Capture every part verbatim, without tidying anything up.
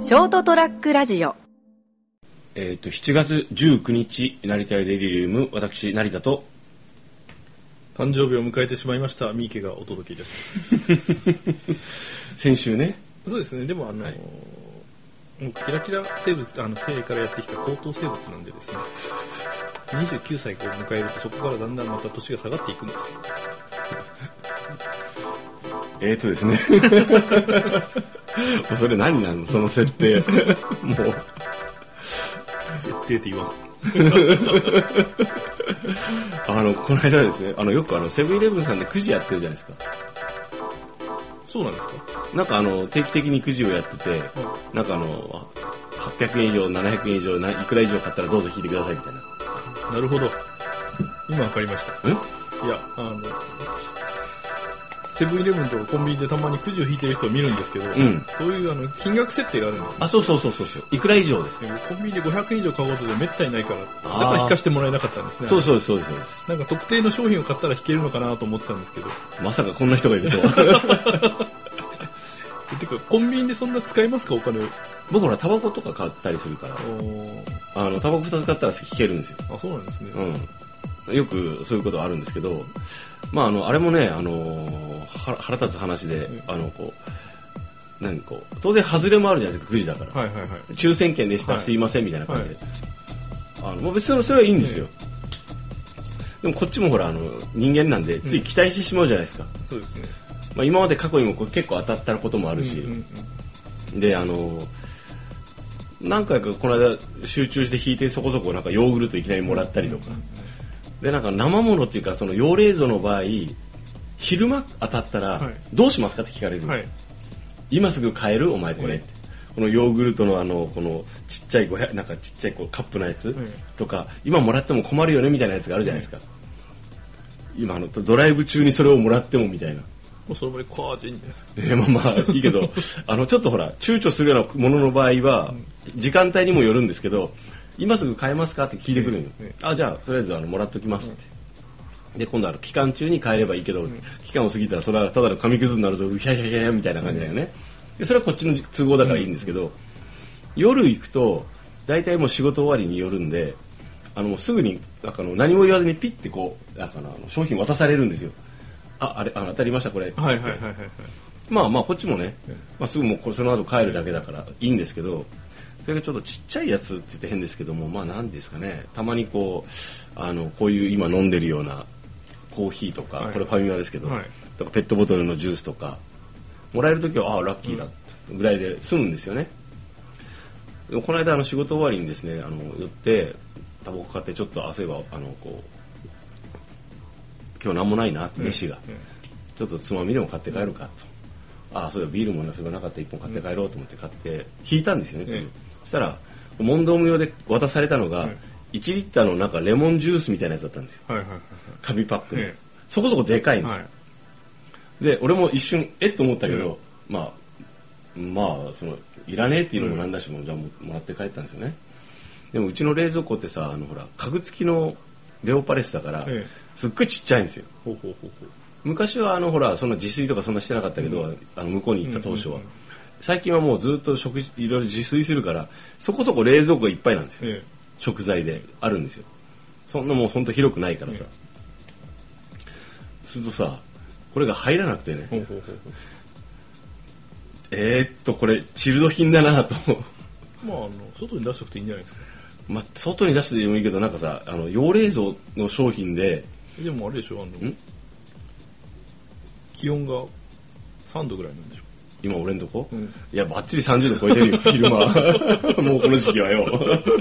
ショートトラックラジオ。 えー、としちがつじゅうくにち成田デリリウム、私成田と誕生日を迎えてしまいました三池がお届けいたします先週ね。 そうですね。でもあの、はい、もうキラキラ生物、あの生からやってきた高等生物なんでですね、にじゅうきゅうさいを迎えるとそこからだんだんまた年が下がっていくんですよ。 えーとですねそれ何なのその設定もう設定って言わんあのこの間ですね、あのよくあのセブンイレブンさんでくじやってるじゃないですか。 そうなんですか。 なんかあの定期的にくじをやってて、うん、なんかあのはっぴゃくえん以上ななひゃくえん以上いくら以上買ったらどうぞ引いてくださいみたいな。 なるほど、今わかりました。んいやあのセブンイレブンとかコンビニでたまにくじを引いてる人を見るんですけど、うん、そういうあの金額設定があるんです、ね、 あ、そうそうそうそうそう、いくら以上です。 でもコンビニでごひゃくえん以上買うことでめったにないから、だから引かしてもらえなかったんですね。 そうそうそうそうです。 なんか特定の商品を買ったら引けるのかなと思ってたんですけど、 まさかこんな人がいるとはてかコンビニでそんな使いますか、お金を。 僕らタバコとか買ったりするから、あのタバコふたつ買ったら引けるんですよ。 あ、そうなんですね、 うん、よくそういうことはあるんですけど、まあ、あのあれもね、あのー、腹立つ話で、うん、あのこう何こう当然外れもあるじゃないですか、くじだから、はいはいはい、抽選券でした、はい、すいませんみたいな感じで、はい、あのもう別にそれはいいんですよ、うん、でもこっちもほらあの人間なんでつい期待してしまうじゃないですか、うん、そうですね。まあ、今まで過去にもこう結構当たったこともあるし、うんうんうん、であの何回かこの間集中して引いてそこそこなんかヨーグルトいきなりもらったりとか、うんうんうん、でなんか生ものっていうかその養冷蔵の場合昼間当たったらどうしますかって聞かれる、はい、今すぐ買えるお前これ、うん、このヨーグルトのあのこのちっちゃいごひゃくなんかちっちゃいこうカップのやつ、うん、とか今もらっても困るよねみたいなやつがあるじゃないですか、うん、今あのドライブ中にそれをもらってもみたいな、 もうその場でカージンです。 えー、まあまあいいけどあのちょっとほら躊躇するようなものの場合は、うん、時間帯にもよるんですけど、今すぐ買えますかって聞いてくるのよ、ええ、あ、じゃあとりあえずあのもらっときますって、うん、で今度は期間中に買えればいいけど、うん、期間を過ぎたらそれはただの紙くずになるぞうひゃひゃひゃひゃみたいな感じだよね、でそれはこっちの都合だからいいんですけど、うん、夜行くと大体もう仕事終わりに寄るんで、あのもうすぐになんかの何も言わずにピッてこうなんかのあの商品渡されるんですよ。あ、あれあの当たりましたこれ、はいはいはいはい、まあまあこっちもね、まあ、すぐもうその後帰るだけだからいいんですけど、それがちょっとちっちゃいやつって言って変ですけども、まあ何ですかね、たまにこうあのこういう今飲んでるようなコーヒーとか、はい、これファミマですけど、はい、とかペットボトルのジュースとかもらえるときはああラッキーだぐらいで済むんですよね、うん、でもこの間あの仕事終わりにですね、あの寄ってタバコ買ってちょっとあそういえばあのこう今日なんもないなって飯が、うんうん、ちょっとつまみでも買って帰るかと、ああそういえばビールもなければなかったらいっぽん買って帰ろうと思って買って引いたんですよね、うん、そしたら問答無用で渡されたのが、うん、いちリッターのなんかレモンジュースみたいなやつだったんですよ、はいはいはいはい、紙パックで、うん、そこそこでかいんですよ、はい、で俺も一瞬えっと思ったけど、うん、まあまあそのいらねえっていうのもなんだし、うん、じゃあ も, もらって帰ったんですよね。でもうちの冷蔵庫ってさ、あのほら家具付きのレオパレスだから、ええ、すっごいちっちゃいんですよ。ほうほうほうほう。昔はあのほらそんな自炊とかそんなしてなかったけど、うん、あの向こうに行った当初は、うんうんうん、最近はもうずっと食事いろいろ自炊するからそこそこ冷蔵庫がいっぱいなんですよ、ええ、食材であるんですよ。そんなもうほんと広くないからさ、ええ、するとさこれが入らなくてね、ほうほうほうほう、えー、っとこれチルド品だなとまああの外に出しておくといいんじゃないですか。 まあ、外に出してもいいけどなんかさあの養冷蔵の商品ででもあれでしょ、あの気温がさんどぐらいなんでしょ今俺んとこ、うん、いやバッチリさんじゅうど超えてるよ昼間もうこの時期はよ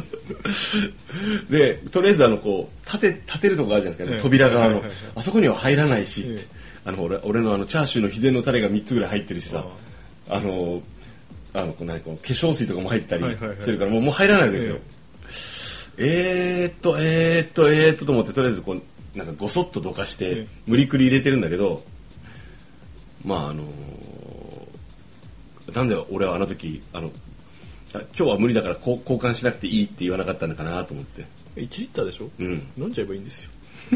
でとりあえずあのこう立て立てるとこあるじゃないですか、ね、扉側の、はいはいはいはい、あそこには入らないしって、あの 俺, 俺のあのチャーシューの秘伝のタレがみっつぐらい入ってるしさ、ああのあのこう何こう化粧水とかも入ったりしてるから、はいはいはい、もうもう入らないわけですよ、えーえー、っとえー、っとえー、っとと思ってとりあえずこうなんかごそっとどかして無理くり入れてるんだけど、まああのー、なんで俺はあの時あのあ今日は無理だから交換しなくていいって言わなかったのかなと思って。 いちリッターでしょ、うん、飲んじゃえばいいんですよ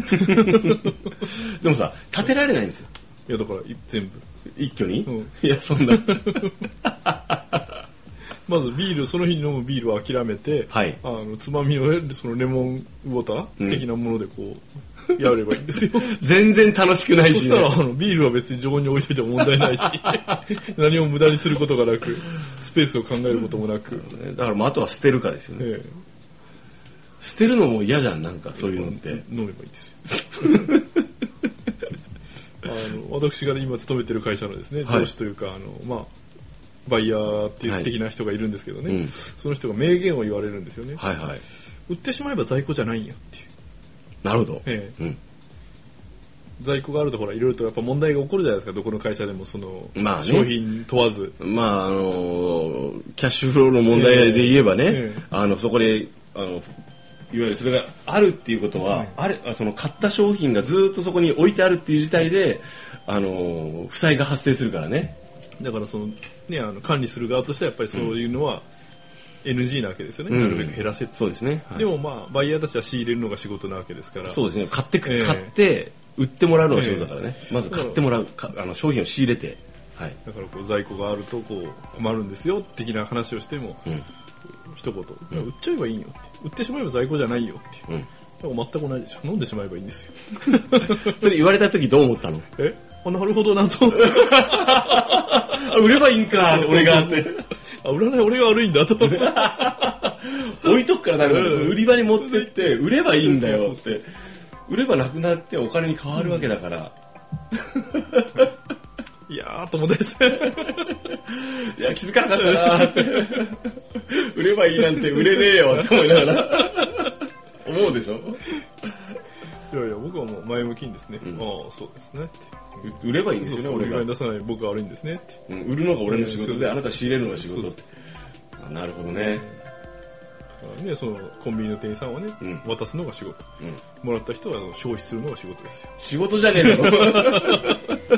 でもさ立てられないんですよ。 いやだから全部一挙に、 うん、 いやそんなまずビールその日に飲むビールを諦めて、 はい、 あのつまみをそのレモンウォーター的なものでこう、うん、やればいいんですよ。 全然楽しくないし、ね、 そしたらあのビールは別に常温に置いといても問題ないし何も無駄にすることがなくスペースを考えることもなく、 だからもうあとは捨てるかですよね、ええ、捨てるのも嫌じゃん、なんかそういうのって飲めばいいんですよあの私が今勤めてる会社のですね、はい、上司というかあの、まあ、バイヤーっていう的な人がいるんですけどね、はい、うん、その人が名言を言われるんですよね、 はいはい、 売ってしまえば在庫じゃないんよっていう。 なるほど、 ええ、うん、在庫があるとほらいろいろとやっぱ問題が起こるじゃないですか、どこの会社でもその、まあね、商品問わず、 まああのキャッシュフローの問題で言えばね、えええ、あのそこであのいわゆるそれがあるっていうことは、うん、あれその買った商品がずっとそこに置いてあるっていう事態であの負債が発生するからね。 だからその、ね、あの管理する側としてはやっぱりそういうのは、うん、エヌジー なわけですよね、うん、なるべく減らせって、 そうですね、はい、 でもまあバイヤーたちは仕入れるのが仕事なわけですから。 そうですね、買ってく、えー、買って売ってもらうのが仕事だからね、えー、まず買ってもらうかあの商品を仕入れて、はい、 だからこう在庫があるとこう困るんですよ的な話をしても、うん、一言、うん、売っちゃえばいいよって、売ってしまえば在庫じゃないよっていう、うん、全く同じですよ、飲んでしまえばいいんですよそれ言われた時どう思ったの？ えあ、なるほどなとあ、売ればいいんか俺がってあ、売らない俺が悪いんだと置いとくからダメだ、売り場に持ってって売ればいいんだよって、売ればなくなってお金に変わるわけだから、 いやーと思ってですねいや気づかなかったなーって売ればいいなんて売れねえよって思いながら思うでしょ。 いやいや僕はもう前向きにですね、うん、ああそうですねって売ればいいんですよね、 俺が出さない僕が悪いんですねって、 うん、売るのが俺の仕事で、あなた仕入れるのが仕事って。あ、なるほどね、 うん、ね、そのコンビニの店員さんはね、うん、渡すのが仕事、うん、もらった人は消費するのが仕事ですよ。 仕事じゃねえだろ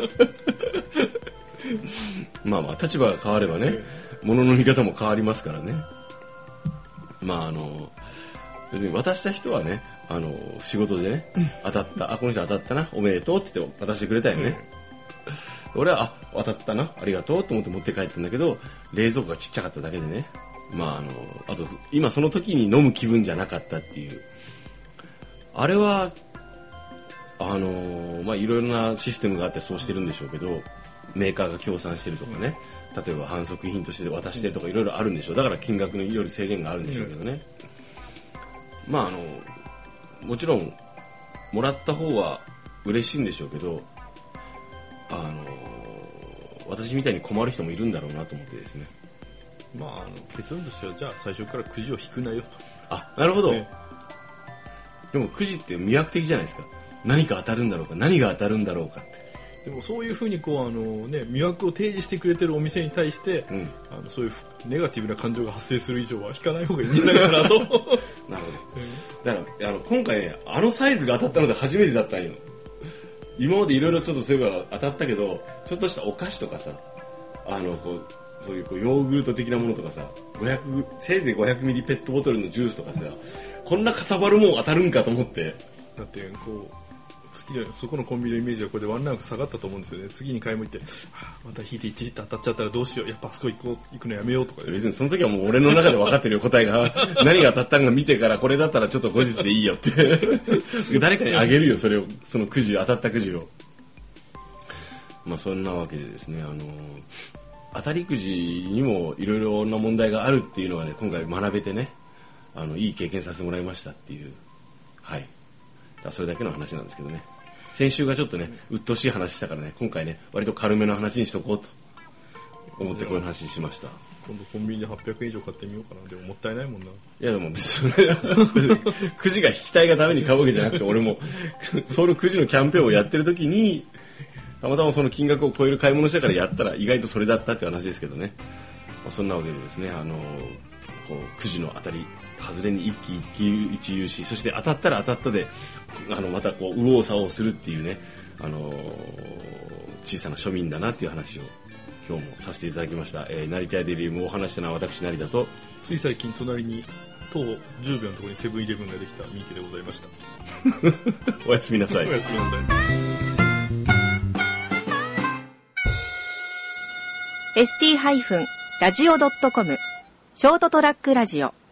まあまあ立場が変わればね、物の見方も変わりますからね。まああの別に渡した人はね、あの仕事でね、うん、当たった、あこの人当たったなおめでとうって言って渡してくれたよね、うん、俺はあ当たったなありがとうと思って持って帰ったんだけど、冷蔵庫がちっちゃかっただけでね、まああのあと今その時に飲む気分じゃなかったっていう、あれはあのまあいろいろなシステムがあってそうしてるんでしょうけど、メーカーが協賛してるとかね、例えば反則品として渡してるとかいろいろあるんでしょう。だから金額により制限があるんでしょうけどね、うん、まああのもちろんもらった方は嬉しいんでしょうけど、あの私みたいに困る人もいるんだろうなと思ってですね。 まあ、あの結論としてはじゃあ最初からくじを引くなよと。 あ、なるほど、ね、でもくじって魅惑的じゃないですか。何か当たるんだろうか、何が当たるんだろうかって。 でもそういうふうにこうあの、ね、魅惑を提示してくれてるお店に対して、うん、あのそういうネガティブな感情が発生する以上は引かない方がいいんじゃないかなとなるほど、うん、 だからあの今回ねあのサイズが当たったので初めてだったんよ。今までいろいろちょっとそういえば当たったけど、ちょっとしたお菓子とかさ、あのこうそういうこうヨーグルト的なものとかさ、ごひゃくせいぜいごひゃくミリペットボトルのジュースとかさ、こんなかさばるもん当たるんかと思って。だってこう次のそこのコンビニのイメージはこれでワンランク下がったと思うんですよね。次に買い物行って、はあ、また引いていちリッター当たっちゃったらどうしよう、やっぱあそこ行こう行くのやめようとかです、ね、 別にその時はもう俺の中で分かってるよ答えが何が当たったのか見てから、これだったらちょっと後日でいいよって誰かにあげるよ、それを、そのくじ当たったくじを。まあそんなわけでですね、あの当たりくじにもいろいろな問題があるっていうのはね、今回学べてね、あのいい経験させてもらいましたっていう、はい、だそれだけの話なんですけどね。先週がちょっとね鬱陶しい話したからね、今回ね割と軽めの話にしとこうと思ってこういう話にしました。 今度コンビニではっぴゃくえん以上買ってみようかな。でももったいないもんな。いやでも別にそれくじが引きたいがために買うわけじゃなくて、俺もそのくじのキャンペーンをやってる時にたまたまその金額を超える買い物したからやったら意外とそれだったって話ですけどね、まあ、そんなわけでですね、あのこうくじの当たり外れに一喜一憂し、そして当たったら当たったであのまたこう右往左往するっていうね、あの小さな庶民だなっていう話を今日もさせていただきました。えー、成田屋デリウムを話したのは私成田と、 つい最近隣に徒歩じゅうびょうのところにセブンイレブンができた三池でございましたおやすみなさい。 おやすみなさい。 エスティー ラジオ ドットコムショートトラックラジオ